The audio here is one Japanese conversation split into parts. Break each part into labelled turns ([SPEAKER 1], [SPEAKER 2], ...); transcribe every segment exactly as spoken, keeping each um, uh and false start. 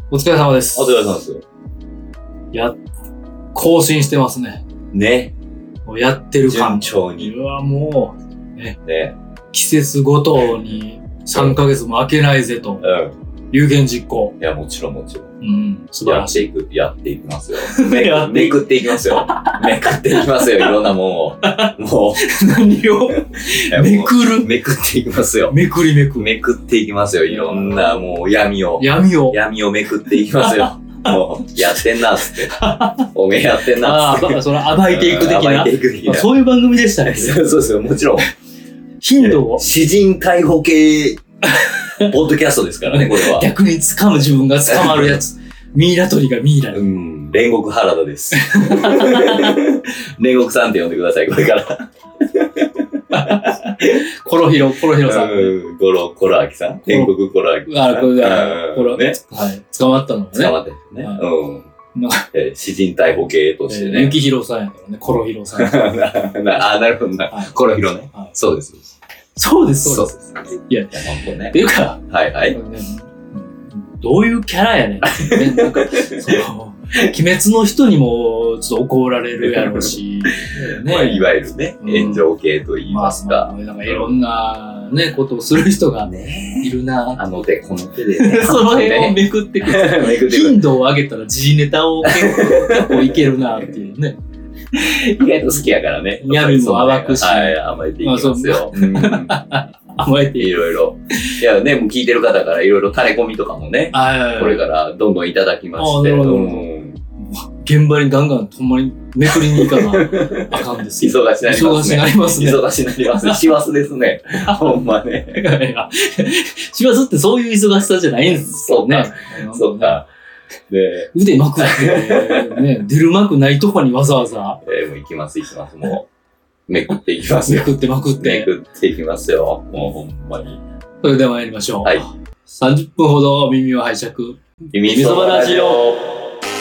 [SPEAKER 1] お疲れ様です。
[SPEAKER 2] お疲れ様です。
[SPEAKER 1] や、更新してますね。
[SPEAKER 2] ね。
[SPEAKER 1] もうやってる感。
[SPEAKER 2] 順調に。
[SPEAKER 1] うわ、もう、ね。
[SPEAKER 2] ね。
[SPEAKER 1] 季節ごとにさんかげつも空けないぜと。
[SPEAKER 2] うん。
[SPEAKER 1] 有言実行。
[SPEAKER 2] いや、もちろんもちろん。
[SPEAKER 1] うん。素晴らしい。
[SPEAKER 2] やっていく、やっていきますよ。めくめくっていきますよ。めくっていきますよ、いろんなもんを。もう。
[SPEAKER 1] 何をめくる
[SPEAKER 2] めくっていきますよ。
[SPEAKER 1] めくりめく。
[SPEAKER 2] めくっていきますよ、いろんなもう闇を。
[SPEAKER 1] 闇を。
[SPEAKER 2] 闇をめくっていきますよ。もう、やってんな、つって。おめえやってんな、つって。
[SPEAKER 1] ああ、それ暴いていく的な。
[SPEAKER 2] 暴いていく的な。
[SPEAKER 1] そういう番組でしたね。
[SPEAKER 2] そうそうそう、もちろん。
[SPEAKER 1] 頻度を。
[SPEAKER 2] 詩人逮捕系、ポッドキャストですからね、これは。
[SPEAKER 1] 逆に掴む自分が捕まるやつ。ミイラ取りがミイラ。
[SPEAKER 2] うん、煉獄原田です。煉獄さんって呼んでください、これから。
[SPEAKER 1] コロヒロ、コロヒロさん。
[SPEAKER 2] うん、コロ、コロアキさん。煉獄コロアキさん。
[SPEAKER 1] あ、これだ、コロ、
[SPEAKER 2] ね。
[SPEAKER 1] はい。捕まったのね。
[SPEAKER 2] 捕まったんですね。うん。え、詩人逮捕系としてね。
[SPEAKER 1] ゆきひろさんやからね、コロヒロさん。
[SPEAKER 2] あ、なるほどな。コロヒロね。そうです。
[SPEAKER 1] そうです、そうです。いや、
[SPEAKER 2] 本当ね。
[SPEAKER 1] っていうか、
[SPEAKER 2] はいはい。
[SPEAKER 1] どういうキャラやねん。なんか、その、鬼滅の人にもちょっと怒られるやろうし、
[SPEAKER 2] ね、まあ、いわゆるね、炎上系と言いますか。
[SPEAKER 1] なんかいろんなね、ことをする人がいるな。
[SPEAKER 2] あの手この手でね。
[SPEAKER 1] その辺をめくってくる。頻度を上げたら G ネタを結構いけるなっていうね。
[SPEAKER 2] 意外と好きやからね。
[SPEAKER 1] 闇も暴くし。
[SPEAKER 2] はい、甘えていきますよ。
[SPEAKER 1] 甘えて
[SPEAKER 2] いろいろ。いやね、もう聞いてる方からいろいろ垂れ込みとかもね、これからどんどんいただきまして。
[SPEAKER 1] 現場にガンガンほんまにめくりに行かなあかんですよ。
[SPEAKER 2] 忙しなりますね。
[SPEAKER 1] 忙しなりますね。
[SPEAKER 2] 忙しなります。師走ですね。ほんまね。
[SPEAKER 1] 師走ってそういう忙しさじゃないんですよね。
[SPEAKER 2] そうか。
[SPEAKER 1] で、腕まくって、ね、出るまくないとこにわざわざ。
[SPEAKER 2] えー、もう行きます、行きます、もう。めくっていきますよ。
[SPEAKER 1] めくってまくって。
[SPEAKER 2] めくっていきますよ。もうほんまに。
[SPEAKER 1] それでは参りましょう。
[SPEAKER 2] はい。
[SPEAKER 1] さんじゅっぷんほど耳を拝借。
[SPEAKER 2] 耳そばラジオ。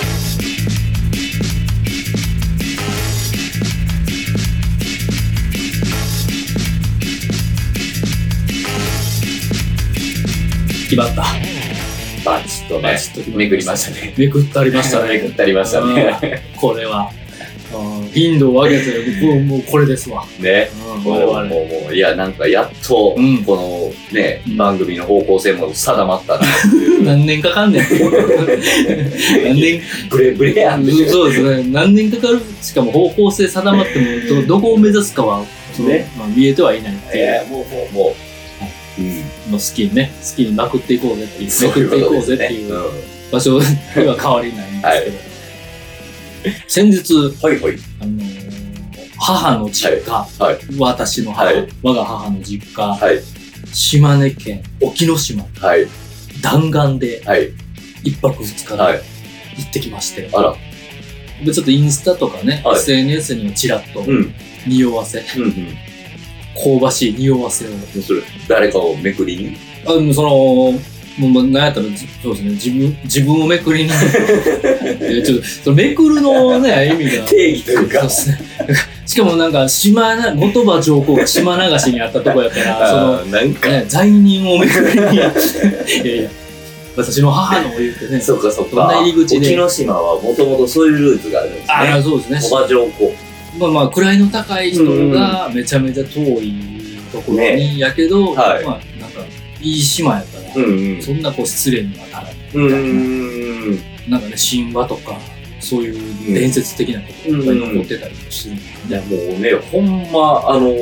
[SPEAKER 1] 決まった。
[SPEAKER 2] バチッとね、めくりましたね。
[SPEAKER 1] めくったりましたね。
[SPEAKER 2] めくったりましたね。
[SPEAKER 1] これは。頻度を上げて、もうこれですわ。
[SPEAKER 2] ね。もう、もう、もう、いや、なんかやっと、このね、番組の方向性も定まったな。
[SPEAKER 1] 何年かかんねん。何年
[SPEAKER 2] ブレブレやんで。
[SPEAKER 1] そうですね。何年かかる。しかも方向性定まっても、どこを目指すかは、ね、見えてはいないっていう。
[SPEAKER 2] もう、もう、もう。
[SPEAKER 1] うん、の好きにね、好きにまくっていこうぜっていう、めくっていこうぜっていう場所には変わりないんですけど、はい、先日、
[SPEAKER 2] はいはい、
[SPEAKER 1] あのー、母の実家、はい、私の母、はい、我が母の実家、はい、島根県隠岐の島、はい、弾丸で一泊二日で行ってきまして、あらでちょっとインスタとかね、はい、エスエヌエス にもちらっと匂わせ、うんうんうん、香ばしい匂わせを。
[SPEAKER 2] それ、誰かをめくりに
[SPEAKER 1] あ、でもその、もう、なんやったら、そうですね、自分、自分をめくりに。ちょっと、そのめくるのね、意味が。
[SPEAKER 2] 定義というか。そうですね。
[SPEAKER 1] しかもなんか、島な、後鳥羽上皇が島流しにあったとこやから、その、
[SPEAKER 2] なんか、
[SPEAKER 1] ね、罪人をめくりに。いやいや、私の母の言うてね。
[SPEAKER 2] そうかそうか。
[SPEAKER 1] どんな入り口で。
[SPEAKER 2] 沖ノ島はもともとそういうルーツがあるんですね。
[SPEAKER 1] ああ、そうですね。
[SPEAKER 2] 鳥羽上皇。
[SPEAKER 1] まあまあ、位の高い人がめちゃめちゃ遠いところに、やけど、まあ、なんか、いい島やから、そんなこう失礼にはならないみたいな。なんかね、神話とか、そういう伝説的なことがいっぱい残ってたりもする。
[SPEAKER 2] いや、もうね、ほんま、あの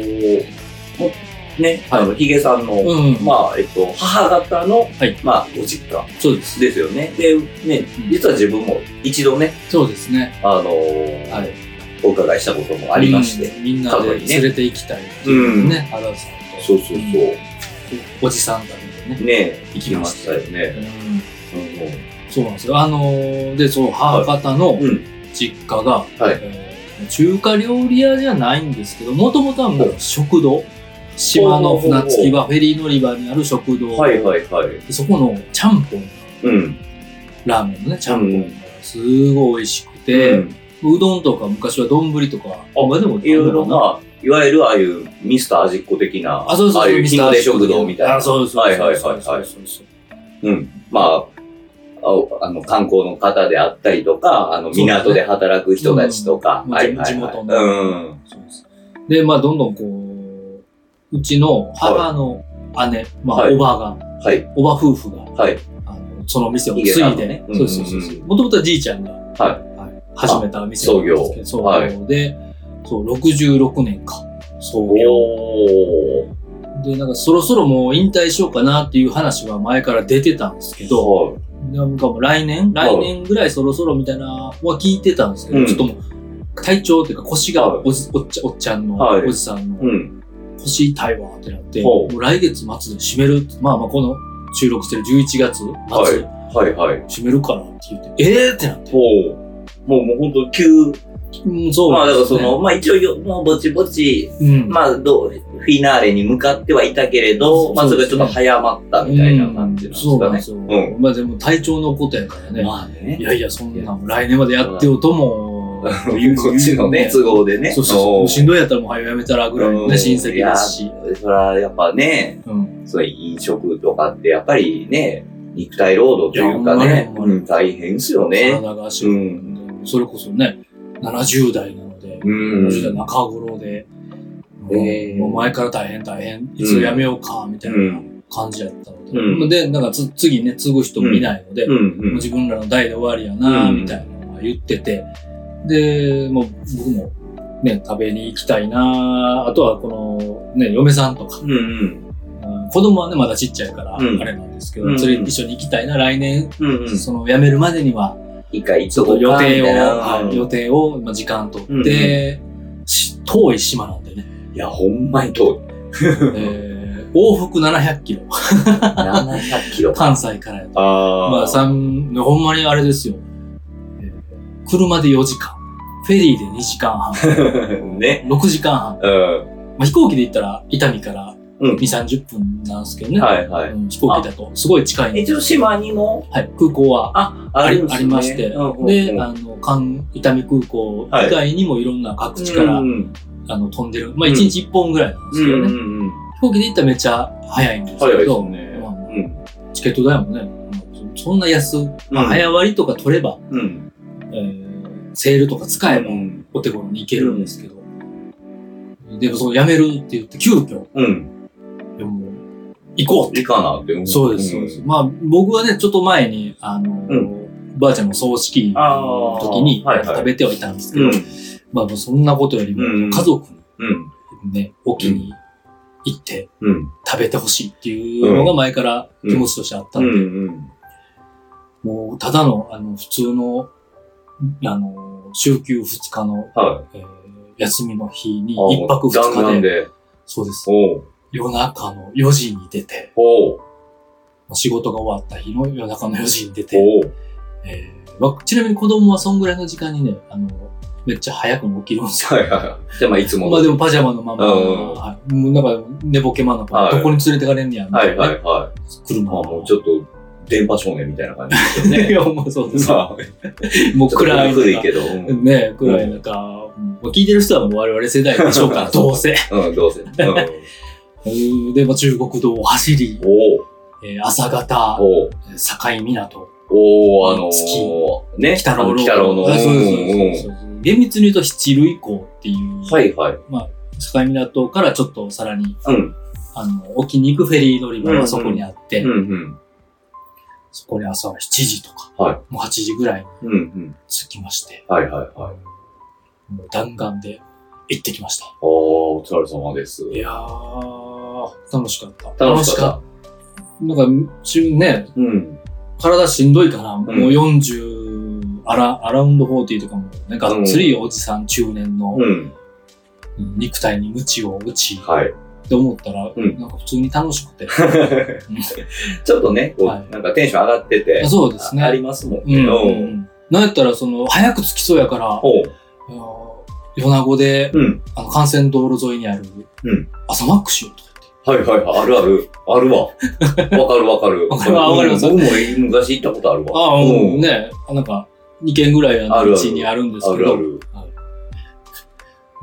[SPEAKER 2] ね、あの、ヒゲさんの、まあ、えっと、母方の、まあ、ご実家。
[SPEAKER 1] そうです。
[SPEAKER 2] ですよね。で、ね、実は自分も一度ね、
[SPEAKER 1] そうですね。
[SPEAKER 2] あの、はい。お伺いしたこともありまして、
[SPEAKER 1] うん、みんなで連れて行きたいっていうね、原田さんと。
[SPEAKER 2] そうそうそう。
[SPEAKER 1] おじさんたちでね。
[SPEAKER 2] ね行きましたよね。
[SPEAKER 1] そうなんですよ。あのー、で、そう、母方の実家が、はいえー、中華料理屋じゃないんですけど、もともとはもう食堂。島の船着き場、フェリー乗り場にある食堂。
[SPEAKER 2] はいはいはい。
[SPEAKER 1] そこのちゃんぽん。うん。ラーメンのね、ちゃんぽんがすごい美味しくて、うんうどんとか昔は丼とか、
[SPEAKER 2] あ、でもいろいろな、いわゆるああいうミスター味っ子的な、
[SPEAKER 1] あ、そうそうそう、
[SPEAKER 2] ああいう日の出食堂みたいな。
[SPEAKER 1] あ、そうそうそう。
[SPEAKER 2] はいはいはいはい。うん。まあ、 ああの、観光の方であったりとか、あの、港で働く人たちとか、
[SPEAKER 1] うん、はいはいはい、地元の。
[SPEAKER 2] うん。
[SPEAKER 1] そうです。で、まあ、どんどんこう、うちの母の姉、はい、まあ、はい、おばが、はい、おば夫婦が、はい、あのその店を継いで、ね、そうそうそうそう。もともとじいちゃんが、はいはい、始めた店なんですけど、創業。創業で、そう、ろくじゅうろくねんか、創業。で、なんかそろそろもう引退しようかなっていう話は前から出てたんですけど、はい、なんかもう来年、来年ぐらいそろそろみたいなは聞いてたんですけど、うん、ちょっともう体調っていうか腰がおじ、おっちゃ、おっちゃんの、はい、おじさんの、うん腰痛いわってなって、もう来月末で閉める。まあまあこの収録してるじゅういちがつ末、はいはいはい、閉めるからって言って、えーってなって。
[SPEAKER 2] もう、もう本当急。
[SPEAKER 1] うん、そう、ね。
[SPEAKER 2] まあだからその、まあ一応よ、もうぼちぼち、うん、まあどう、フィナーレに向かってはいたけれど、まあそれがちょっと早まったみたいな感じなんですかね。うん、そうなんですよ。
[SPEAKER 1] うん、まあでも体調のことやからね。まあね。いやいや、そんな来年までやってよとも、
[SPEAKER 2] こっちのね、都合でね。
[SPEAKER 1] そうそうそう。しんどいやったらもう早やめたらぐらいのね、親戚ですし。
[SPEAKER 2] それはやっぱね、うん、そういう飲食とかってやっぱりね、肉体労働というかね、うん、大変ですよね。
[SPEAKER 1] 体が足が、うん、それこそね、ななじゅう代なので、うん、ななじゅう代中頃で、えー、もう前から大変大変、いつやめようか、みたいな感じやったので、うん、で、なんかつ次ね、継ぐ人もいないので、うんうん、もう自分らの代で終わりやな、みたいなのは言ってて、で、もう僕もね、食べに行きたいなあとはこのね、嫁さんとか、うんうん、子供はね、まだちっちゃいから、あれなんですけど、うん、それ一緒に行きたいな、来年、うんうん、その辞めるまでには、
[SPEAKER 2] 一回
[SPEAKER 1] ちょっと予定を、はい、予定を、まあ、時間とって、うんうん、遠い島なんでね。
[SPEAKER 2] いや、ほんまに遠い。
[SPEAKER 1] えー、往復ななひゃくキロ。
[SPEAKER 2] ななひゃくキロ。
[SPEAKER 1] 関西からやと。あまあ、三、ほんまにあれですよ。車でよじかん。フェリーでにじかんはん。ね。ろくじかんはん。うん。まあ、飛行機で行ったら、伊丹からにじゅう、さんじゅっぷんなんですけどね。はいはい、うん。飛行機だと、すごい近いんで。
[SPEAKER 2] 一応島にも
[SPEAKER 1] はい、空港はあ、あり、ね、ありまして。うん、で、あの、関、伊丹空港以外にもいろんな各地から、はい、あの、飛んでる。まあ、いちにちいっぽんぐらいなんですけどね。うんうんうん、飛行機で行ったらめっちゃ早いんですけど。早いですね。まあうん、チケット代もね、そんな安、まあ、早割とか取れば、うんえー、セールとか使えばお手頃に行けるんですけど、うん、でもその辞めるって言って急遽、うん、でも行こうって
[SPEAKER 2] 行かなって思う。
[SPEAKER 1] そうですそうです、うん、まあ僕はねちょっと前にあの、うん、ばあちゃんの葬式の時に食べてはいたんですけど、はいはい、まあそんなことよりも家族にね、お気に行って食べてほしいっていうのが前から気持ちとしてあったんで、うんうんうん、もうただのあの普通のあの、週休ふつかの、はいえー、休みの日にいっぱくふつかで、でそうです。夜中のよじに出て、仕事が終わった日の夜中のよじに出て、えーまあ、ちなみに子供はそんぐらいの時間にね、あの、めっちゃ早くも起きるんですよ。はいはいはい。
[SPEAKER 2] じゃあまあいつも。
[SPEAKER 1] まあでもパジャマのまま、はい、もうなんか寝ぼけまなのか、はい、どこに連れてかれんねや、みたいな、ね。はいはいはい。車
[SPEAKER 2] まあもうちょっと、電波少年みたいな感じですよね。
[SPEAKER 1] いや、もうそうです。もう暗い。
[SPEAKER 2] 古いけど。
[SPEAKER 1] ね暗い中、うん、聞いてる人はもう我々世代でしょうから、どうせ。
[SPEAKER 2] うん、どうせ。
[SPEAKER 1] うん、で、まあ、中国道を走り、えー、朝方、境港、
[SPEAKER 2] おー、あのー、
[SPEAKER 1] 月、
[SPEAKER 2] ね、
[SPEAKER 1] 北郎
[SPEAKER 2] 北郎の。
[SPEAKER 1] そうそうそう。厳密に言うと七類港っていう、はいはい。まあ、境港からちょっとさらに、うん、あの、沖に行くフェリー乗り場がそこにあって、うんうんうんそこに朝しちじとか、はい、もうはちじぐらいに着きまして、うんうん、はいはいはい。もう弾丸で行ってきました。
[SPEAKER 2] おー、お疲れ様です。
[SPEAKER 1] いやー、楽しかった。
[SPEAKER 2] 楽しかった。
[SPEAKER 1] なんか、中ね、うん、体しんどいから、うん、もうよんじゅう、アラ、アラウンドフォーティーとかも、ね、がっつりおじさん中年の、うん、肉体に鞭を打ち、はいって思ったら、うん、なんか普通に楽しくて。
[SPEAKER 2] ちょっとね、こう、はい、なんかテンション上がってて。
[SPEAKER 1] そうですね。
[SPEAKER 2] ありますもんね。うん
[SPEAKER 1] うん、なんやったら、その、早く着きそうやから、米子で、うん、あの幹線道路沿いにある、うん、朝マックしようとか
[SPEAKER 2] 言って。はいはいはい、あるある。あるわ。わかるわかる。
[SPEAKER 1] わかるわかります。
[SPEAKER 2] 僕も昔行ったことあるわ。
[SPEAKER 1] ああ、うん、ね、なんか、にけんぐらいあるうちにあるんですけど。あるある。はい、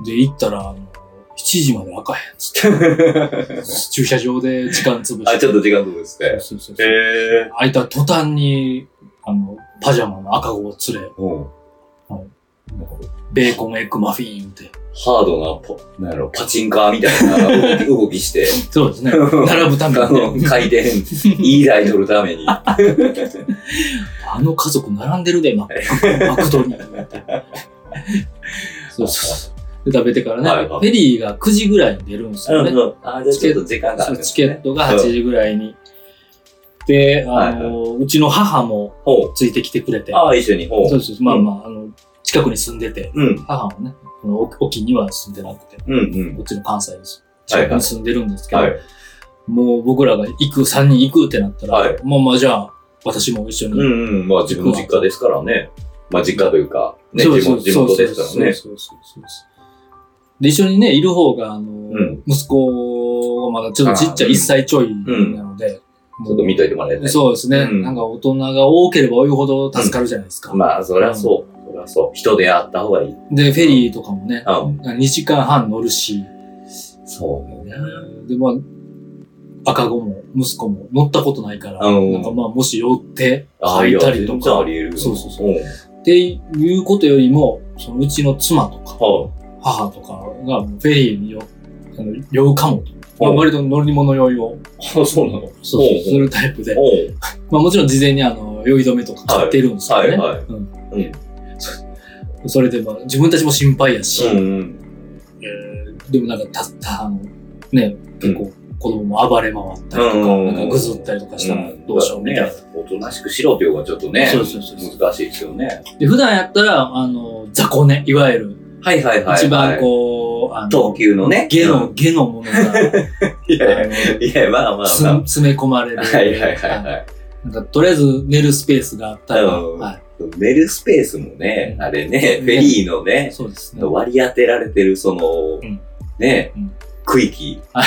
[SPEAKER 1] で、行ったら、あの、しちじまで開かへんつって。駐車場で時間潰して。
[SPEAKER 2] あ、ちょっと時間潰して。
[SPEAKER 1] そうそうそう。へー。開いた途端に、あの、 パジャマの赤子を連れ、うんはい、ベーコンエッグマフィンって。
[SPEAKER 2] ハードなポ、なんやろ、パチンカーみたいな動きして。
[SPEAKER 1] そうですね。並ぶために、
[SPEAKER 2] ね。回転、いい台取るために。あ
[SPEAKER 1] の家族並んでるで、マクドに。そうそう。で、食べてからね、はいはい、フェリーがくじぐらいに出るんですよね。うんうん、
[SPEAKER 2] あじゃあちょっと時間があるんですね。
[SPEAKER 1] チケットがはちじぐらいに。で、あの、はいはい、うちの母もついてきてくれて。
[SPEAKER 2] ああ、一緒に。
[SPEAKER 1] そうそう。まあまあ、あの、近くに住んでて、うん、母もね、沖には住んでなくて、うんうん、こっちの関西です。近くに住んでるんですけど、はいはい、もう僕らが行く、さんにん行くってなったら、はい、まあまあじゃあ、私も一緒に。
[SPEAKER 2] うんうん、まあ自分の実家ですからね。まあ実家というか、ね、地元、地元ですからね。そうそうそうそう。
[SPEAKER 1] で、一緒にね、いる方が、あの、うん、息子がまだちょっとちっちゃい、いっさいちょいなので、
[SPEAKER 2] ちょっと見といてもらえない。
[SPEAKER 1] そうですね、うん。なんか大人が多ければ多いほど助かるじゃないですか。
[SPEAKER 2] うん、まあ、そりゃそう。そりゃそう。人であった方がいい。
[SPEAKER 1] で、フェリーとかもね、うん、にじかんはん乗るし。
[SPEAKER 2] そうね。
[SPEAKER 1] で、まあ、赤子も息子も乗ったことないから、うん、なんかまあ、もし寄って書いたりとか。
[SPEAKER 2] あり得る。
[SPEAKER 1] そうそうそう。っていうことよりも、そのうちの妻とか、母とかがフェリーに酔うかもと。まあ、割と乗り物酔いを。
[SPEAKER 2] あ、そうなの
[SPEAKER 1] そうそう、するタイプで。まあもちろん事前にあの、酔い止めとか買ってるんですけどね。はいはいはいうんうん、それでまあ自分たちも心配やし、うんうんえー、でもなんかた、た、あの、ね、結構子供も暴れ回ったりとか、うん、なんかぐずったりとかしたらどうしようみたいな。
[SPEAKER 2] おとなしくしろっていうのがちょっとね、そうそうそうそう難しいですよね。
[SPEAKER 1] で、普段やったら、あの、雑魚寝、いわゆる、
[SPEAKER 2] はいはいはい。
[SPEAKER 1] 一番こう、あ
[SPEAKER 2] の、等級のね。
[SPEAKER 1] 下の、下のものが、
[SPEAKER 2] いやいや、まあまあまあ。
[SPEAKER 1] 詰め込まれる。
[SPEAKER 2] はいはいはいはい。
[SPEAKER 1] なんか、とりあえず寝るスペースがあったら、はい。
[SPEAKER 2] 寝るスペースもね、あれね、フェリーのね、そうですね。割り当てられてる、その、ね、区域。はい。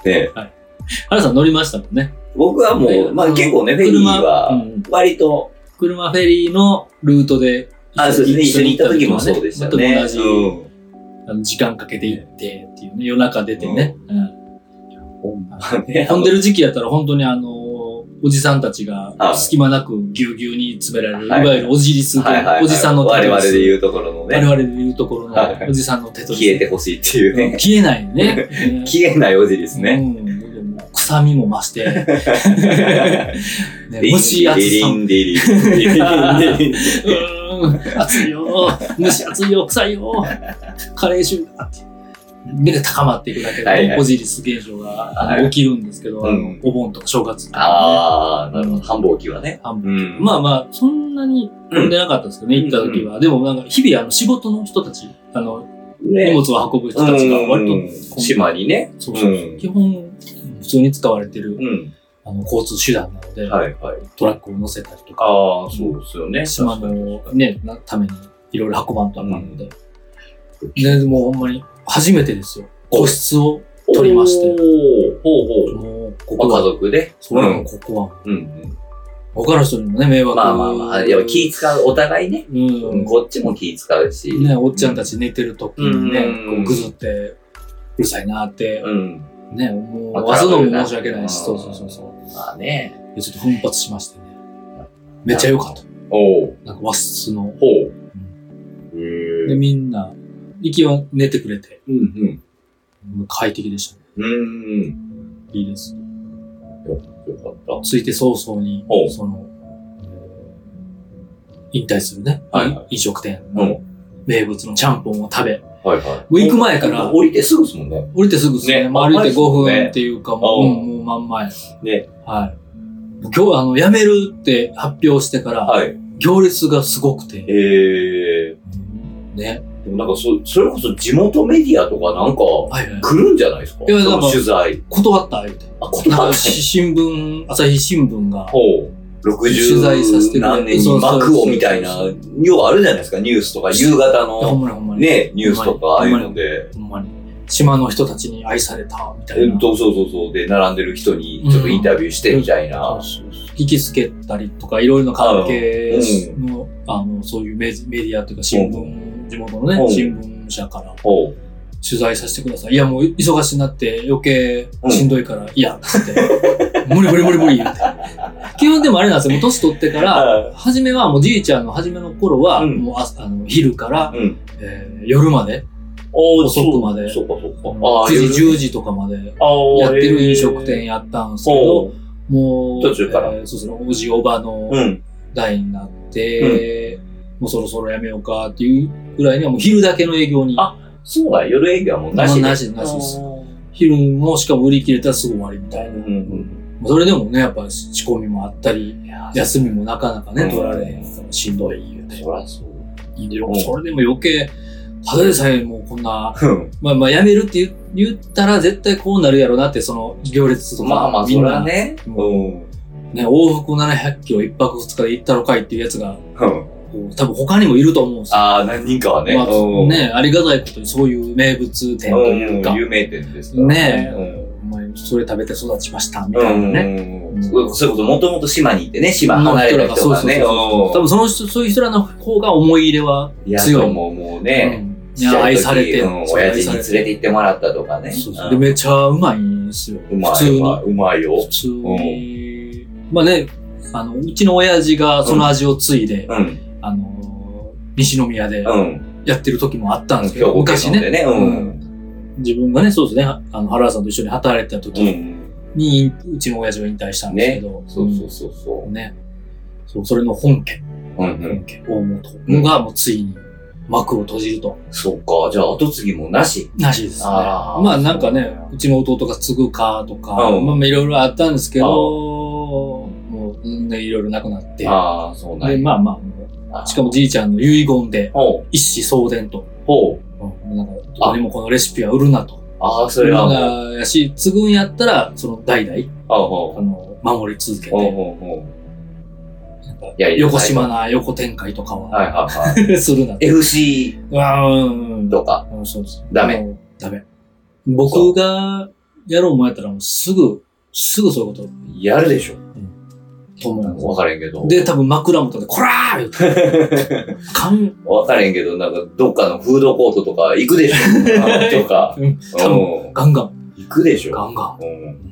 [SPEAKER 2] ね。はい。
[SPEAKER 1] 原さん乗りましたもんね。
[SPEAKER 2] 僕はもう、まあ結構ね、フェリーは、割と。
[SPEAKER 1] 車フェリーのルートで、
[SPEAKER 2] あ、そうですね。一緒に行った時もそうでしたね。
[SPEAKER 1] 同じ、うん、時間かけて行ってっていうね、夜中出てね。うん。うん、混んでる時期やったら本当にあの、おじさんたちが隙間なくぎゅうぎゅうに詰められる、はい、いわゆるおじりす、はいはい、おじさんの
[SPEAKER 2] テトリス。我々で言うところのね。
[SPEAKER 1] 我々で言うところのおじさんのテトリス。
[SPEAKER 2] 消えてほしいっていうね。
[SPEAKER 1] 消えないね。
[SPEAKER 2] 消えないおじりですね。うん
[SPEAKER 1] 臭みも増して、ね、蒸し暑さ。
[SPEAKER 2] リンデリンデリン。
[SPEAKER 1] うーん、暑いよ。蒸し暑いよ、臭いよ。加齢臭がって。目が高まっていくだけで、はいはい、オジリス現象が起きるんですけど、はい、あのお盆とか正月とか、ね。
[SPEAKER 2] ああ、なるほど。繁忙期はね。
[SPEAKER 1] 繁忙期。うん、まあまあ、そんなに混んでなかったですけどね、うん、行った時は。でもなんか、日々あの仕事の人たち、あの、ね、荷物を運ぶ人たちが割
[SPEAKER 2] と、島にね。
[SPEAKER 1] そうそう、うん、基本、普通に使われてる、うん、あの交通手段なので、はいはい、トラックを乗せたりとか、
[SPEAKER 2] ああ、そうですよね。
[SPEAKER 1] 島のね、ためにいろいろ運ばんとあかんので、うん、で、もうほんまに初めてですよ。個室を取りまして。
[SPEAKER 2] ほうほう。もう、ここは。家族で。
[SPEAKER 1] そう、うん、ここは。うんうん。他の人にもね、迷惑。
[SPEAKER 2] まあまあまあ、やっぱ気使う、お互いね。うん。こっちも気使うし。
[SPEAKER 1] ね、おっちゃんたち寝てる時にね、こうぐずって、うるさいなって。うん。ね、もう、わざのも申し訳ないし、そうそうそうそう。
[SPEAKER 2] まあね。
[SPEAKER 1] で、ちょっと奮発しましてね。めっちゃ良かった。
[SPEAKER 2] おう。
[SPEAKER 1] なんか和室の。ほう。
[SPEAKER 2] うん、
[SPEAKER 1] で、みんな、行きは寝てくれて。
[SPEAKER 2] うん
[SPEAKER 1] うん。快適でしたね。
[SPEAKER 2] うん。
[SPEAKER 1] いいです。
[SPEAKER 2] よ、よかった。
[SPEAKER 1] ついて早々に、その、引退するね。はい。飲食店の名物のちゃんぽんを食べ。
[SPEAKER 2] はいはい。
[SPEAKER 1] もう行く前から。
[SPEAKER 2] 降りてすぐですもんね。
[SPEAKER 1] 降りてすぐですね。まあ、歩いてごふんっていうか、もう、もう真ん前。ね。はい。今日あの、辞めるって発表してから、はい。行列がすごくて。
[SPEAKER 2] へー。
[SPEAKER 1] ね。
[SPEAKER 2] でもなんかそ、それこそ地元メディアとかなんか、来るんじゃないですか、はいはい、いや、なんか取材。
[SPEAKER 1] 断った、言うて。
[SPEAKER 2] あ、断った。
[SPEAKER 1] 新聞、朝日新聞が。
[SPEAKER 2] ほう。ろくじゅう何年に幕をみたいな、要はあるじゃないですか、ニュースとか、夕方の、ね、ニュースとか、ああいうので。
[SPEAKER 1] ほんまに。島の人たちに愛された、みたいな。
[SPEAKER 2] そうそうそうそう。で、並んでる人にちょっとインタビューしてみたいな。
[SPEAKER 1] 引きつけたりとか、いろいろな関係の、あの、そういうメディアというか、新聞、地元のね、新聞社から。取材させてください。いや、もう忙しになって余計しんどいから、いや、つって。無理無理無理無理言って。 基本でもあれなんですよ、もう年取ってから、初めはもうじいちゃんの初めの頃は、もうああの昼から、えー、夜まで、遅くまで、
[SPEAKER 2] そうかそうか。
[SPEAKER 1] くじ、じゅうじとかまでやってる飲食店やったんですけど、もう、
[SPEAKER 2] 途中から、
[SPEAKER 1] えー、そうですね、おじおばの代になって、うん、もうそろそろやめようかっていうぐらいにはもう昼だけの営業に。
[SPEAKER 2] あ、そうだ、夜営業はもうなしで。
[SPEAKER 1] なし、なしです。昼もしかも売り切れたらすぐ終わりみたいな。うんうん、それでもね、やっぱ仕込みもあったり、休みもなかなかね、取られへんからしんどいよね。
[SPEAKER 2] そりゃそう。
[SPEAKER 1] それでも余計、ただでさえもうこんな、まあまあ辞めるって言ったら絶対こうなるやろなって、その行列とか。
[SPEAKER 2] まあまあ、そらね。
[SPEAKER 1] うん。ね、往復ななひゃくキロ一泊二日で行ったのかいっていうやつが、うん、多分他にもいると思うんですよ。
[SPEAKER 2] ああ、何人かはね。
[SPEAKER 1] まあ、ね、ありがたいことにそういう名物店というか。
[SPEAKER 2] 有名店ですから
[SPEAKER 1] ね。お前、それ食べて育ちました、みたいなね。
[SPEAKER 2] そういうこと、もともと島に行ってね、島離れた人がね。
[SPEAKER 1] 多分その人、そういう人らの方が思い入れは強い。
[SPEAKER 2] もう、もうね。
[SPEAKER 1] いや、愛されてる。
[SPEAKER 2] 親父に連れて行ってもらったとかね。
[SPEAKER 1] で、めっちゃうまいんですよ。
[SPEAKER 2] うまい。普通に。うまいよ。
[SPEAKER 1] 普通に。まあね、あの、うちの親父がその味を継いで、あの、西宮でやってる時もあったんですけど、昔ね。自分がね、そうですね、あの、原田さんと一緒に働いてた時に、うちの親父は引退したんですけど。
[SPEAKER 2] そうそうそうそう。
[SPEAKER 1] ね。そう、それの本家。本家、大本がもうついに、幕を閉じると。
[SPEAKER 2] そうか。じゃあ、後継ぎもなし
[SPEAKER 1] なしですね。あまあなんかね、うちの弟が継ぐかとか、うん、まあいろいろあったんですけど、もうね、いろいろなくなって。
[SPEAKER 2] ああ、そうなん
[SPEAKER 1] で、まあまあもう、しかもじいちゃんの遺言で、一子相伝と。
[SPEAKER 2] ほ
[SPEAKER 1] う。うん、なんか、どこにもこのレシピは売るなと。
[SPEAKER 2] ああ、それはも
[SPEAKER 1] う。やし、継ぐんやったら、その代々、あの、守り続けて。ほうほうほういやいや横島な横展開とかは、はいはいはい、するな。
[SPEAKER 2] エフシー とか。
[SPEAKER 1] そうです。
[SPEAKER 2] ダメ。
[SPEAKER 1] ダメ。僕がやろうもやったらもうすぐ、すぐそういうこと。
[SPEAKER 2] やるでしょ。うん。
[SPEAKER 1] と思う。
[SPEAKER 2] わからへんけど。
[SPEAKER 1] で、多分枕元で、こらー言うて。かん。
[SPEAKER 2] わからへんけど、なんかどっかのフードコートとか行くでしょ。とか。
[SPEAKER 1] うん。多分、ガンガン。
[SPEAKER 2] 行くでしょ。
[SPEAKER 1] ガンガン。うん。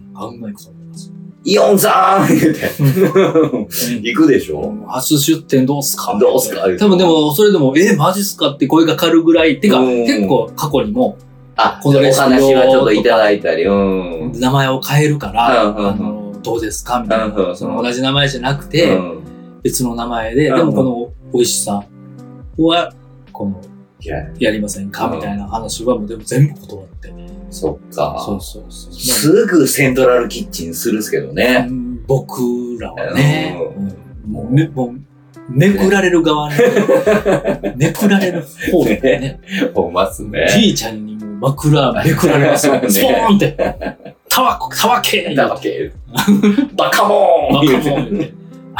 [SPEAKER 1] ガンガン行くと思います。
[SPEAKER 2] イオンさん言うて。行くでしょ。
[SPEAKER 1] 初出店どうすか
[SPEAKER 2] どうすか
[SPEAKER 1] 多分でも、それでも、え、マジっすかって声がかかるぐらい。てか、結構過去にも、
[SPEAKER 2] あ、このお話はちょっといただいたり、
[SPEAKER 1] 名前を変えるから、あの、どうですかみたいな。その同じ名前じゃなくて、別の名前で、でもこの美味しさは、この、やりませんかみたいな話は、もうでも全部断って。
[SPEAKER 2] そっか。
[SPEAKER 1] そうそうそう。
[SPEAKER 2] すぐセントラルキッチンするっすけどね。
[SPEAKER 1] うん、僕らはね、うん、もうめ、もう、めくられる側に、めくられる方でね。
[SPEAKER 2] ほんますね。
[SPEAKER 1] じいちゃんにも枕めくられますよ。スポーンって。たわこ、たわけ
[SPEAKER 2] たわけバカモーン
[SPEAKER 1] バカモーンって。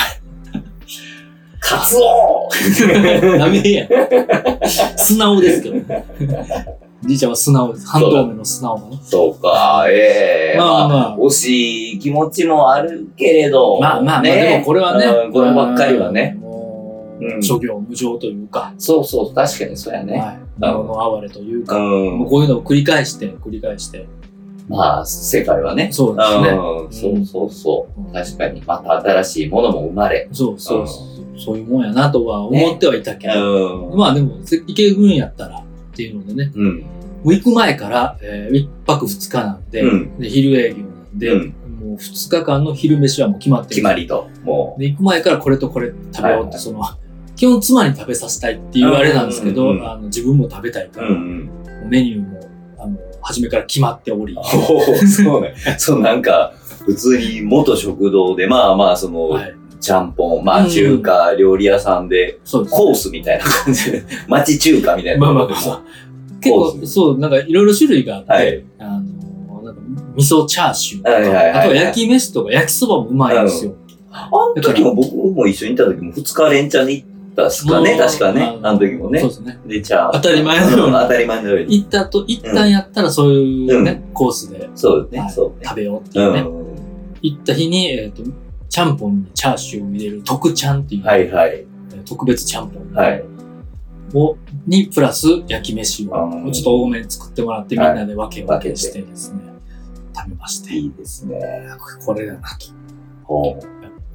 [SPEAKER 2] カツオ
[SPEAKER 1] ーダメやん。素直ですけどね。じいちゃんは素直です。半透明の素直なね。
[SPEAKER 2] そうか、ええー。まあまあ。惜しい気持ちもあるけれど。
[SPEAKER 1] まあまあまあ、ね、でもこれはね。
[SPEAKER 2] うん、こればっかりはね。
[SPEAKER 1] もう、諸行無常というか。
[SPEAKER 2] そうそう、確かにそうやね。はい。
[SPEAKER 1] 物の哀れというか。もうこういうのを繰り返して、繰り返して。
[SPEAKER 2] まあ、世界はね。
[SPEAKER 1] そうですね。
[SPEAKER 2] そうそうそう。確かに、また新しいものも生まれ。
[SPEAKER 1] そうそう。そういうもんやなとは思ってはいたけど。まあでも、行けるんやったら。っていうのでね、うん、もう行く前から、えー、一泊二日なんで、うん、で昼営業なんで、うん、もう二日間の昼飯はもう決まってる。
[SPEAKER 2] 決まりと。も
[SPEAKER 1] う。で、行く前からこれとこれ食べようって、はいはい、その、基本妻に食べさせたいっていうあれなんですけど、うんうんうん、あの自分も食べたいから、うんうん、メニューも、あの、初めから決まっており。
[SPEAKER 2] そうね。そう、なんか、普通に元食堂で、まあまあ、その、はい、ちゃんぽん、まあ中華料理屋さんで、コースみたいな感じで、町中華みたいな。まあまあまあ。
[SPEAKER 1] 結構、そう、なんかいろいろ種類があって、はい、あの、なんか味噌チャーシューとか、はいはいはいはい、あとは焼き飯とか焼きそばもうまいんですよ。
[SPEAKER 2] あの時も僕も一緒に行った時もふつか連チャンに行ったっすかね、確かね。あの時もね。
[SPEAKER 1] そうですね。
[SPEAKER 2] で、チャー。
[SPEAKER 1] 当たり前のように。
[SPEAKER 2] 当たり前のように。
[SPEAKER 1] 行ったと、一旦やったらそういうね、うん、コースで。
[SPEAKER 2] そうですね。そう
[SPEAKER 1] 食べようっていうね。行った日に、えっと、ちゃんぽんにチャーシューを入れる特ちゃんっていう、はいはい、特別ちゃんぽんを、にプラス焼き飯をちょっと多めに作ってもらってみんなで分け分けしてですね、食べまして。
[SPEAKER 2] いいですね。
[SPEAKER 1] これだなと。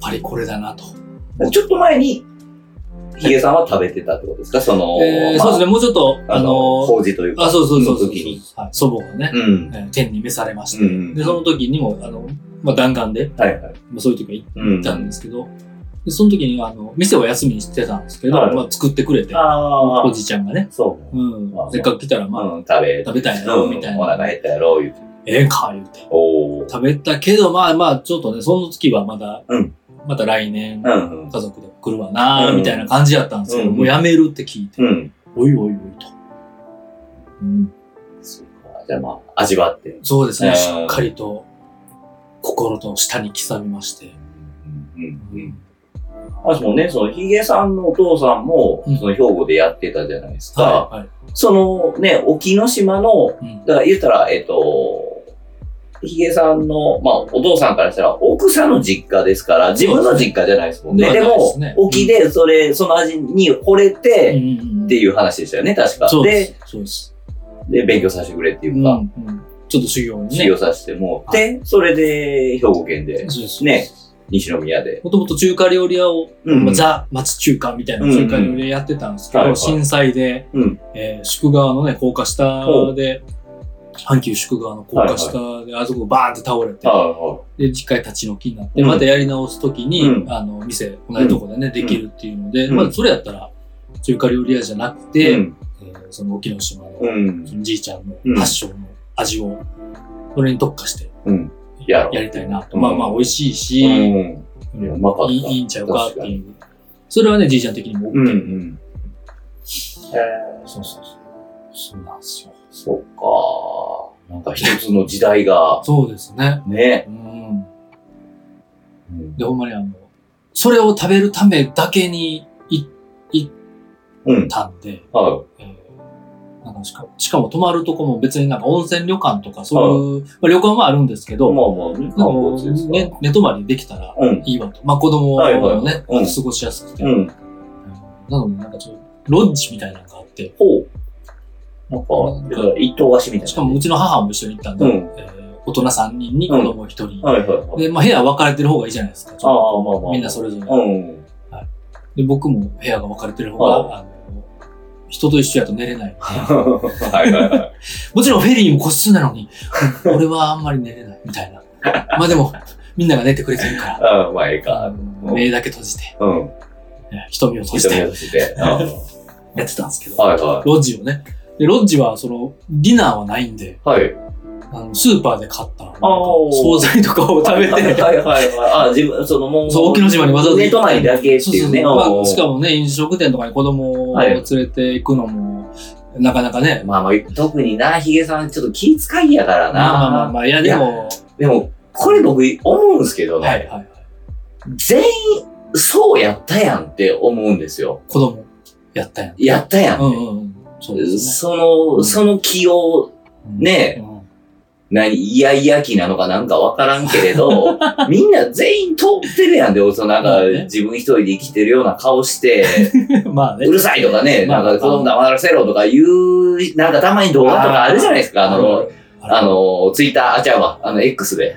[SPEAKER 1] ぱりこれだなと。
[SPEAKER 2] ちょっと前に、ヒゲさんは食べてたってことですかその、
[SPEAKER 1] えーまあ、そうですね、もうちょっと、
[SPEAKER 2] あの、法事というか、
[SPEAKER 1] あ、そうそうそうそう。
[SPEAKER 2] 時に。
[SPEAKER 1] はい、祖母がね、うんえー、天に召されまして、うん、で、その時にも、あの、まあ、弾丸で、はいはい、まあ、そういう時は行ったんですけど、うん、でその時に、あの、店を休みにしてたんですけど、はい、まあ、作ってくれて、おじちゃんがね、そう。うん。せっかく来たら、まあ、うん、食べ、食べたいやろ、みたいな。
[SPEAKER 2] お腹減ったやろ、言うて。
[SPEAKER 1] ええんか、言うて。お食べたけど、まあまあ、ちょっとね、その時はまだ、うん、また来年、うんうん、家族で来るわな、みたいな感じやったんですけど、うん、もうやめるって聞いて、うん、おいおいおいと。
[SPEAKER 2] うん。そうか。じゃあまあ、味わって。
[SPEAKER 1] そうですね、しっかりと、心と舌に刻みまして。
[SPEAKER 2] うんうんうんあ、そうね、その、ヒゲさんのお父さんも、その、兵庫でやってたじゃないですか。はいはい、そのね、沖ノ島の、うん、だから言ったら、えっと、ヒゲさんの、まあ、お父さんからしたら、奥さんの実家ですから、自分の実家じゃないですもんね。で, でも、沖で、それ、その味に惚れて、っていう話でしたよね、確か。
[SPEAKER 1] そうです。そうです。
[SPEAKER 2] で、勉強させてくれっていうか、うん
[SPEAKER 1] うん、ちょっと修行にね。
[SPEAKER 2] 修行させてもらって、それで、兵庫県で、ね、西宮で。
[SPEAKER 1] もともと中華料理屋を、うんうん、ザ・町中華みたいな中華料理屋やってたんですけど、うんうん、震災で、うんえー、宿川のね、高架下で、阪急宿川の高架下で、はいはい、あそこバーンって倒れて、はいはい、で、一回立ち退きになって、うん、またやり直すときに、うん、あの、店、同じとこでね、うん、できるっていうので、うん、まあ、それやったら、中華料理屋じゃなくて、うんえー、その沖ノ島の、うん、そのじいちゃんの発祥の味を、それに特化して、うんや, やりたいなと。うん、まあまあ美味しいし、うんうん、い, い, いいんちゃうかっていう。それはね、じいちゃん的にも OK。うんうん、
[SPEAKER 2] えー、
[SPEAKER 1] そうそうそう。そうなんですよ。
[SPEAKER 2] そうか。なんか一つの時代が。
[SPEAKER 1] そうですね。
[SPEAKER 2] ね。
[SPEAKER 1] うんうん、で、ほんまにあの、それを食べるためだけに行ったんで、うんはいえーなんかしかしかも泊まるとこも別になんか温泉旅館とかそういう、まあ、旅館はあるんですけど、まあまあね、まあ、ね寝泊まりできたらいいわと。うん、まあ子供もね、はいはいうん、過ごしやすくて。うん、なのでなんかちょっとロッジみたいなのがあって。ほう。
[SPEAKER 2] なんか、なんか一棟貸しみたいな。
[SPEAKER 1] しかもうちの母も一緒に行ったんで、うんえー、大人さんにんに子供ひとり、うんはいはいはい。で、まあ部屋分かれてる方がいいじゃないですか。ああまあまあ。みんなそれぞれ。うんはい、で僕も部屋が分かれてる方が、あの人と一緒やと寝れない。はいはいはい。もちろんフェリーも個室なのに、俺はあんまり寝れないみたいな。まあでも、みんなが寝てくれてるから。
[SPEAKER 2] ああ、まあええか。
[SPEAKER 1] 目だけ閉じて。うん。瞳を閉じて。瞳を閉じて。やってたんですけど。はいはい。ロッジをね。で、ロッジはその、ディナーはないんで。はい。あの、スーパーで買った、惣菜とかを食べて。はいはいはい。
[SPEAKER 2] あ、自分、そのもう。
[SPEAKER 1] そう、沖ノ島にわざわざ。
[SPEAKER 2] 寝泊まりだけっていうね。
[SPEAKER 1] そうそうそうまあ、しかもね、飲食店とかに子供を連れて行くのも、はい、なかなかね。
[SPEAKER 2] まあまあ、特にな、ヒゲさんちょっと気遣いやからな。
[SPEAKER 1] まあまあまあ、いやでも。
[SPEAKER 2] でも、これ僕思うんですけどね。はいはいはい。全員、そうやったやんって思うんですよ。
[SPEAKER 1] 子供。やったやん。
[SPEAKER 2] やったやん。うんうんうん。そうですね。その、その気を、ね、うんうん何、イヤイヤ期なのかなんかわからんけれど、みんな全員通ってるやんで、そのなんか、ね、自分一人で生きてるような顔して、まあね、うるさいとかね、まあ、なんか子供黙らせろとか言う、なんかたまに動画とかあるじゃないですか、あの、あの、ツイッター、あ、ちゃうわ、あの、X で。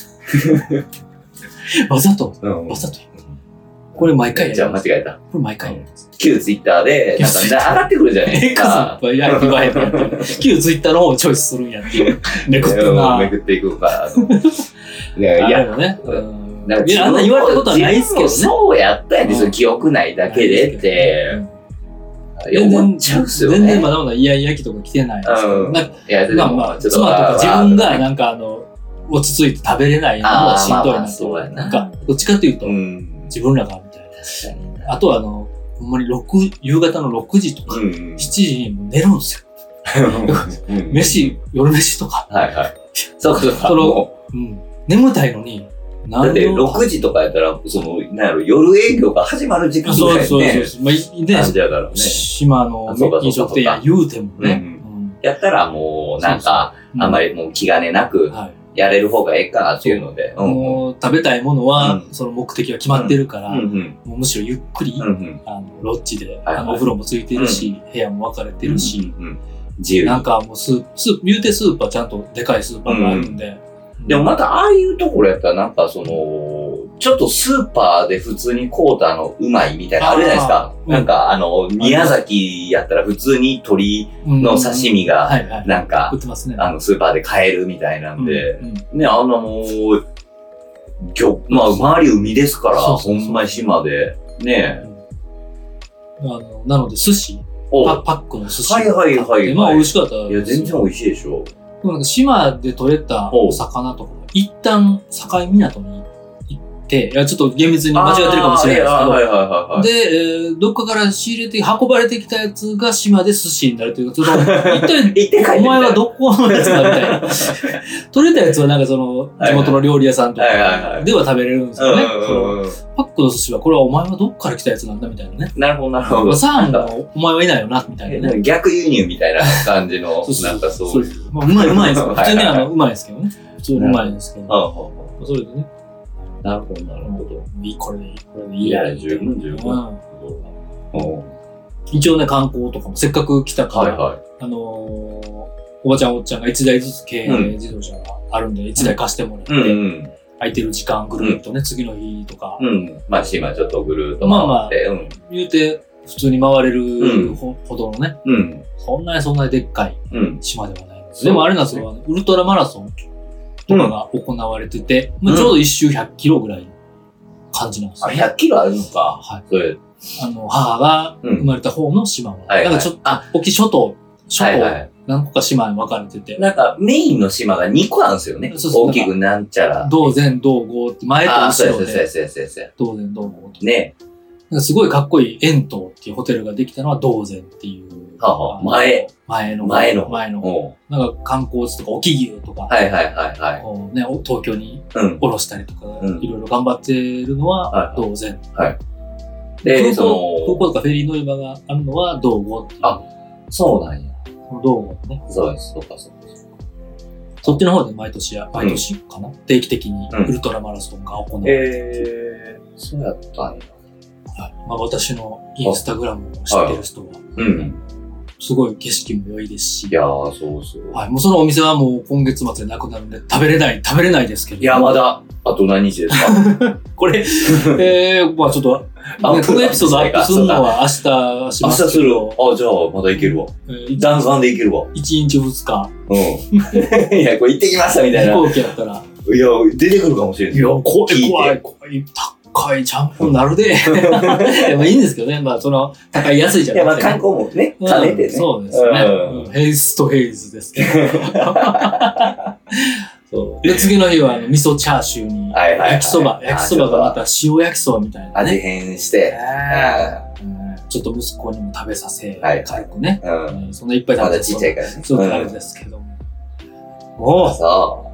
[SPEAKER 1] わざと、うん、わざと。これ毎回や
[SPEAKER 2] じゃあ間違えた。
[SPEAKER 1] これ毎回やる。
[SPEAKER 2] 旧ツイッターで、なんか、上がってくるじゃないですか。
[SPEAKER 1] X いや、言わへんやってる。旧ツイッターの方をチョイスするんやっていう。めくってるな。
[SPEAKER 2] めくっていくから。
[SPEAKER 1] いや、いや、ね。いや、あんな言われたことはないですけどね。
[SPEAKER 2] そうやったやんですよ、記憶ないだけでって。
[SPEAKER 1] 全然、全然まだまだイヤイヤ期とか来てないですけど。なんか、まあまあ、妻とか自分がなんかあの、落ち着いて食べれないのがしんどいなと。なんか、どっちかというと、自分らがみたいな。あとはあの、ほんまに六夕方のろくじとか、しちじにも寝るんですよ。飯、夜飯とか。はいはい。
[SPEAKER 2] そうかそうか。
[SPEAKER 1] その、うん。眠たいのに、
[SPEAKER 2] だってろくじとかやったら、その、なんやろ、夜営業が始まる時間ぐらいね。そうそうそう。まあ、ね、感じやからね。島の飲食店や言うてもね。 やったらもう、なんか、あんまりもう気兼ねなく、やれる方がええかなっていうので。
[SPEAKER 1] もう食べたいものは、その目的は決まってるから、もうむしろゆっくり、あのロッジで、あのお風呂もついてるし、部屋も分かれてるし、自由なんかもうスープ、スープ、言うてスーパーちゃんとでかいスーパーがあるんで。
[SPEAKER 2] でもまたああいうところやったらなんかその、 ちょっとスーパーで普通に買うたのうまいみたいなのあるじゃないですか。なんかあの、宮崎やったら普通に鶏の刺身が、なんか、あの、スーパーで買えるみたいなんで、ね、あのもう、魚、まあ、周り海ですから、ほんまに島で、ね。
[SPEAKER 1] あの、なので寿司パックの寿司。
[SPEAKER 2] はいはいはい。
[SPEAKER 1] まあ美味しかった。
[SPEAKER 2] いや、全然美味しいでしょ。
[SPEAKER 1] でもなんか島で取れたお魚とか、一旦境港に行って、いや、ちょっと厳密に間違ってるかもしれないですけど、はいはいはいはい、で、えー、どっかから仕入れて、運ばれてきたやつが島で寿司になるというか、ちょっと、一体、お前はどこのやつかみたいな。取れたやつはなんかその、地元の料理屋さんとかでは食べれるんですよね。パックの寿司は、これはお前はどっから来たやつなんだみたいなね。
[SPEAKER 2] なるほど、なるほど。
[SPEAKER 1] サーモンはお前はいないよな、みたいなね。
[SPEAKER 2] 逆輸入みたいな感じの、なんかそういう。
[SPEAKER 1] まあ、うまい、うまいですよ。普通にあの、うまいですけどね。普通にうまいですけど。それでね。
[SPEAKER 2] なるほど、なるほど。
[SPEAKER 1] いい、これでいい、これでいい。
[SPEAKER 2] いや、十分十分。
[SPEAKER 1] 一応ね、観光とかもせっかく来たから、あの、おばちゃんおっちゃんが一台ずつ軽自動車があるんで、一台貸してもらって、空いてる時間ぐるっとね、次の日とか。
[SPEAKER 2] うん。まあ、島ちょっとぐるっと回って。まあまあ、
[SPEAKER 1] 言うて、普通に回れるほどのね、そんなにそんなにでっかい島ではないんです。でもあれなんですよ、ウルトラマラソンとかが行われてて、ちょうど一周ひゃっキロぐらいの感じなんですよ。
[SPEAKER 2] あ、ひゃっキロあるのか。
[SPEAKER 1] はい。それ。あの、母が生まれた方の島は。だからちょっと、沖諸島、諸島、何個か島に分かれてて。
[SPEAKER 2] なんか、メインの島がにこあるんですよね。大きくなんちゃら。
[SPEAKER 1] 道前、道後って、前と後ろで。
[SPEAKER 2] そうそうそうそう。
[SPEAKER 1] 道前、道後と。
[SPEAKER 2] ね。
[SPEAKER 1] すごいかっこいい円島っていうホテルができたのは道前っていう。
[SPEAKER 2] 前。
[SPEAKER 1] 前の。
[SPEAKER 2] 前の。
[SPEAKER 1] 前の。なんか観光地とか、沖牛とか。
[SPEAKER 2] はいはいはいはい。
[SPEAKER 1] ね、東京に降ろしたりとか、いろいろ頑張ってるのは道前。はい。で、その、空港とかフェリー乗り場があるのは道後っていう。
[SPEAKER 2] あ、そうなんや。
[SPEAKER 1] 道後ね。
[SPEAKER 2] そうです、そうかそうか。
[SPEAKER 1] そっちの方で毎年や、毎年かな、定期的にウルトラマラソンが行われてて。
[SPEAKER 2] えー、そうやったんや。
[SPEAKER 1] はい。まあ私のインスタグラムを知ってる人は、うん。すごい景色も良いですし。
[SPEAKER 2] いやー、そうそう。
[SPEAKER 1] はい。もうそのお店はもう今月末でなくなるんで、食べれない、食べれないですけど。
[SPEAKER 2] いや、まだ、あと何日ですか
[SPEAKER 1] これ、えー、まあちょっと、このエピソードアップするのは明日しますけど。明日
[SPEAKER 2] するあ、じゃあまだいけるわ。弾丸でいけるわ。
[SPEAKER 1] いちにちふつか。
[SPEAKER 2] うん。いや、これ行ってきましたみたいな。
[SPEAKER 1] 飛行機やったら。
[SPEAKER 2] いや、出てくるかもしれない。いや、
[SPEAKER 1] 怖い怖い怖い。高いちゃんぽんなるで。いや、まあいいんですけどね。まあその、高い安いじゃなくて。
[SPEAKER 2] いや、まあ観光もね、兼ねてね。
[SPEAKER 1] そうですね。ヘイストヘイズですけど。そうで、次の日は、あの、味噌チャーシューに、焼きそば。焼きそばがまた塩焼きそばみたいな、ね。
[SPEAKER 2] 味変して。
[SPEAKER 1] ちょっと息子にも食べさせ、軽くね。そんないっぱい食べて。
[SPEAKER 2] まだちっちゃいからね。
[SPEAKER 1] そうあれですけども。もう、そう。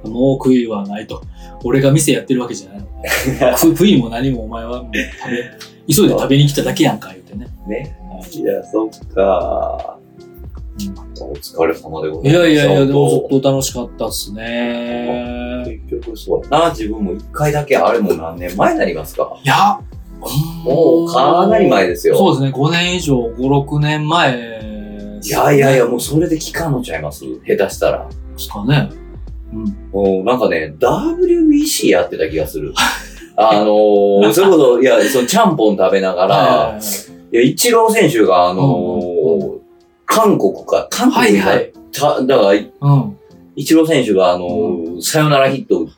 [SPEAKER 1] もう悔いはないと。俺が店やってるわけじゃないの。悔いも何もお前はもう食べ、急いで食べに来ただけやんか、言うてね。
[SPEAKER 2] ね。いや、そっか。お疲れ様でございます。
[SPEAKER 1] いやいやいや、でもちょっと楽しかったっすね。
[SPEAKER 2] 結局そうやな。自分も一回だけ、あれも何年前になりますか？
[SPEAKER 1] いや、
[SPEAKER 2] もうかなり前ですよ。
[SPEAKER 1] そうですね。ごねん以上、ご、ろくねんまえ。
[SPEAKER 2] いやいやいや、もうそれで期間のちゃいます。下手したら。
[SPEAKER 1] ですかね。
[SPEAKER 2] うん。なんかね、ダブリュービーシー やってた気がする。あのー、それこそ、いや、そのちゃんぽん食べながら、いや、イチロー選手が、あのー、韓国か、韓国か、はいはい、だから、うん、イチロー選手が、あのーうん、サヨナラヒット打った、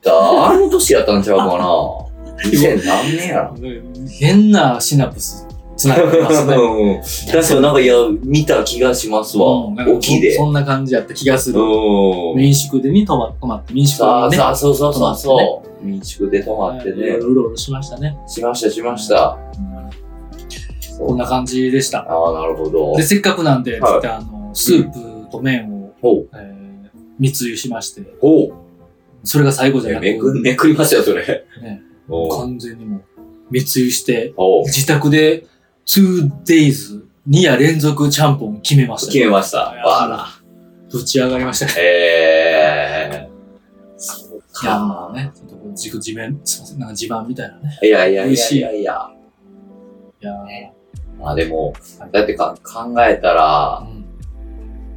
[SPEAKER 2] あの年やったんちゃうかな。にせん何年やろ。
[SPEAKER 1] 変なシナプスつながってますね。
[SPEAKER 2] うん、確かになんか、いや、見た気がしますわ。うん、大きいで
[SPEAKER 1] そ。そんな感じやった気がする。うん、民宿でに泊ま泊まって、民宿でね。
[SPEAKER 2] あそうそうそうそう、ね。民宿で泊まってね。
[SPEAKER 1] うろうろしましたね。
[SPEAKER 2] しました、しました。
[SPEAKER 1] こんな感じでした。
[SPEAKER 2] ああ、なるほど。
[SPEAKER 1] で、せっかくなんで、はい、あの、スープと麺を、うんえー、密輸しまして。
[SPEAKER 2] ほう。そ
[SPEAKER 1] れが最後じゃなくて。
[SPEAKER 2] めく、めくりましたよ、それ。
[SPEAKER 1] ね、完全にもう、密輸して、自宅で、ツーデイズ、に夜連続ちゃんぽん決めました、ね。
[SPEAKER 2] 決めました。わら。
[SPEAKER 1] ぶち上がりましたね。
[SPEAKER 2] えー。そうか。
[SPEAKER 1] いや、まあね、ちょっとこう自地面、すいません、なんか地盤みたいなね。
[SPEAKER 2] いやいやいやいやいや。
[SPEAKER 1] いや
[SPEAKER 2] まあでも、だってか考えたら、うん、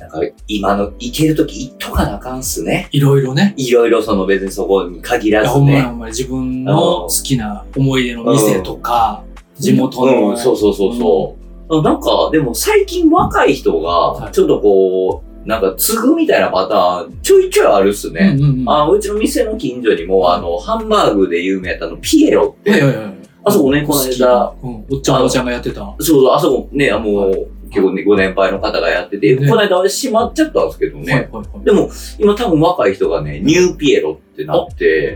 [SPEAKER 2] なんか今の行けるとき行っとかなあかんっすね。
[SPEAKER 1] いろいろね。
[SPEAKER 2] いろいろその別にそこに限らずね。
[SPEAKER 1] ほんまにほんまに自分の好きな思い出の店とか、地元の、
[SPEAKER 2] うん。そうそうそうそう。うん、なんかでも最近若い人が、ちょっとこう、なんか、継ぐみたいなパターン、ちょいちょいあるっすね。うんうんうん、あうちの店の近所にも、あの、ハンバーグで有名やったの、ピエロって。はいはいはい、あそこね、この間、
[SPEAKER 1] うん、おっちゃんおばちゃんがやってた。
[SPEAKER 2] そうそう、あそこね、もう、はい、結構ね、ご年配の方がやってて、ね、この間あれ閉まっちゃったんですけどね。はいはいはい、でも、今多分若い人がね、ニューピエロってなって、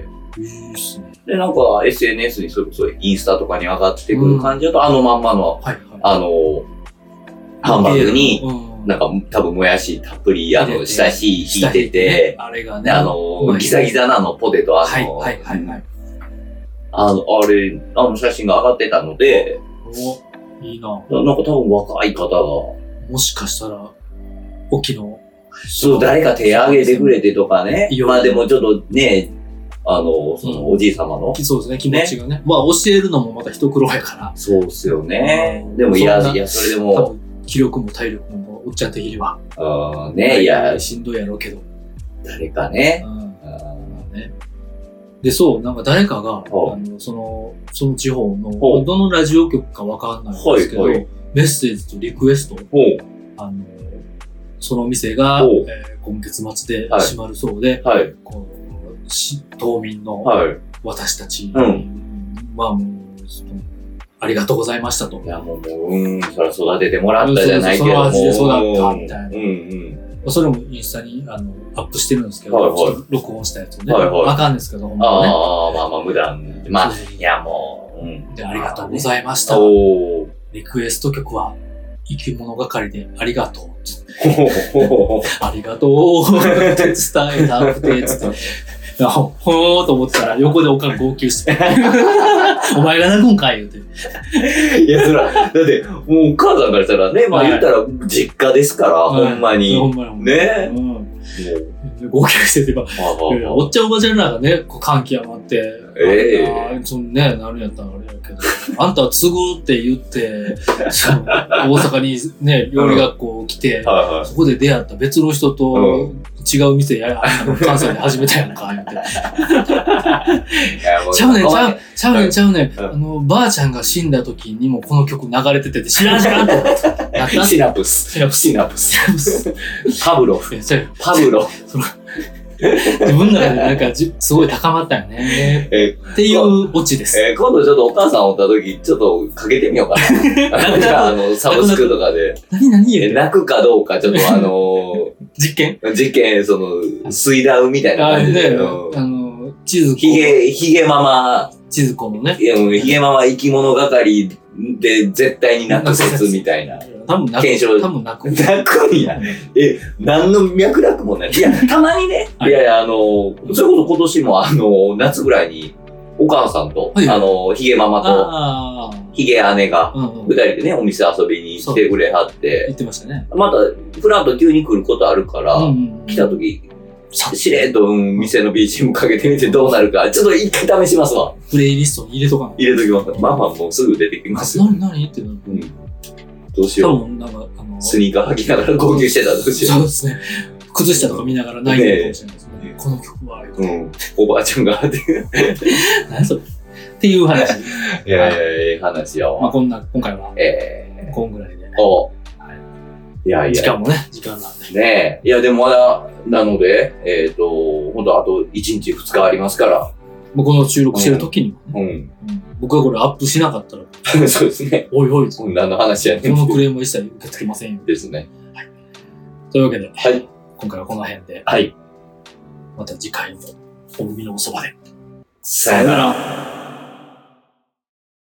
[SPEAKER 2] いいっすね。で、なんか エスエヌエス にそれこそインスタとかに上がってくる感じだと、うん、あのまんまの、はいはい、あの、ハンバーグに、なんか多分もやしたっぷり、あの、下し引いてて、
[SPEAKER 1] あれがね、
[SPEAKER 2] あの、ギザギザなのポテト、あの、はいはいはい。あの、あれ、あの写真が上がってたので、
[SPEAKER 1] お、いいな。
[SPEAKER 2] なんか多分若い方が。
[SPEAKER 1] もしかしたら、沖の。
[SPEAKER 2] そう、誰か手挙げてくれてとかね。まあでもちょっとね、あの、そのおじい様の、
[SPEAKER 1] うん。そうですね、気持ちがね。まあ教えるのもまた一苦労やから。
[SPEAKER 2] そうっすよね。でもいや、いや、それでも。
[SPEAKER 1] 気力も体力もおっちゃん的には。
[SPEAKER 2] ああ、ね、いや。
[SPEAKER 1] しんどいやろうけど。
[SPEAKER 2] 誰かね。うん、
[SPEAKER 1] ねで、そう、なんか誰かが、あの、その、その地方の、どのラジオ局かわかんないんですけど、はいはい、メッセージとリクエスト、あの、その店が、えー、今月末で閉まるそうで、はい、こうし島民の私たちは、はい、うん、まあもう、ありがとうございましたと。
[SPEAKER 2] いや、もう、もううん、それは育ててもらったじゃないけども。
[SPEAKER 1] その味で育ったみたいな。うんうん、それもインスタにあのアップしてるんですけど、はいはい、ちょっと録音したやつをね。はいはい、あかんですけど、ほんまね。
[SPEAKER 2] ああ、まあまあ無断。まあ、いやもう、うん。
[SPEAKER 1] で、ありがとうございました。リクエスト曲は、生き物係でありがとう。ありがとうって伝えたくて、つって。ほーと思ってたら横でおかん号泣して。お前が泣くんかい言うて。
[SPEAKER 2] いや、そら、だって、もうお母さんからしたらね、まあ言ったら実家ですから、はい、ほんまに。ほんまに。ね。うん。
[SPEAKER 1] 号泣しててば、おっちゃんおばちゃんらがね、こう感極まって、ええー。そのね、なるんやったらあれやけど、あんたは継ぐって言って、その大阪にね、料理学校来て、うん、そこで出会った別の人と違う店や、あの関西で始めたやんか、言って。ちゃうねん、ちゃう、ちゃうねん、ちゃうねん。あの、ばあちゃんが死んだ時にもこの曲流れてて、知らん知らんって。
[SPEAKER 2] シナプス。シナプス。シナプス。パブロフ。パブロフ。
[SPEAKER 1] 自分の中でなんかじすごい高まったよね。えー、っていうオチです。
[SPEAKER 2] えー、今度ちょっとお母さんおった時、ちょっとかけてみようかな。なんかあの、サブスクとかで。
[SPEAKER 1] 何何
[SPEAKER 2] えー、泣くかどうか、ちょっとあのー、
[SPEAKER 1] 実験
[SPEAKER 2] 実験、その、水ダウみたいな感じで。あ
[SPEAKER 1] の、地図
[SPEAKER 2] ひげ、ひげママ。
[SPEAKER 1] 地図子のね。
[SPEAKER 2] いや、もうひげママ生き物係で絶対に泣く説みたいな。
[SPEAKER 1] 多分泣く。多分泣く。
[SPEAKER 2] 泣くんや。え、何の脈絡もない。いや、たまにね。いやいや、あの、それこそ今年もあの、夏ぐらいに、お母さんと、はい、あの、ヒゲママと、ヒゲ姉が、二人でね、お店遊びに来てくれはって。
[SPEAKER 1] 言ってましたね。
[SPEAKER 2] また、フラッと急に来ることあるから、来た時、しれっと、うん、店の ビージーエム かけてみてどうなるか、ちょっと一回試しますわ。
[SPEAKER 1] プレイリストに入れとかない。
[SPEAKER 2] 入れときます。まあまあもうすぐ出てきますよ。
[SPEAKER 1] 何何ってなる。うん。
[SPEAKER 2] どうしよう。多分なんか、あのー、スニーカー履きながら号泣してたらどうしよう。
[SPEAKER 1] そうですね。靴下とか見ながら泣いてるかもしれないですね。ねこの曲は、
[SPEAKER 2] うん。おばあちゃんが、
[SPEAKER 1] 何それっていう話。
[SPEAKER 2] いやいやいや、話よ。
[SPEAKER 1] まあこんな、今回は、えー、こんぐらいで。
[SPEAKER 2] おいやいや。
[SPEAKER 1] 時間もね、時間なんで。
[SPEAKER 2] ねえ。いや、でもまだ、なので、えっと、ほんとあといちにちふつかありますから。
[SPEAKER 1] もうこの収録してる時にもね。うん。うん、僕がこれアップしなかったら。
[SPEAKER 2] そうですね。
[SPEAKER 1] おいおい。
[SPEAKER 2] 何の話やねん。
[SPEAKER 1] このクレームは一切受け付けませんよ。
[SPEAKER 2] ですね。
[SPEAKER 1] はい。というわけで、
[SPEAKER 2] はい。
[SPEAKER 1] 今回はこの辺で。
[SPEAKER 2] はい。
[SPEAKER 1] また次回もお耳のおそばで。
[SPEAKER 2] さよなら。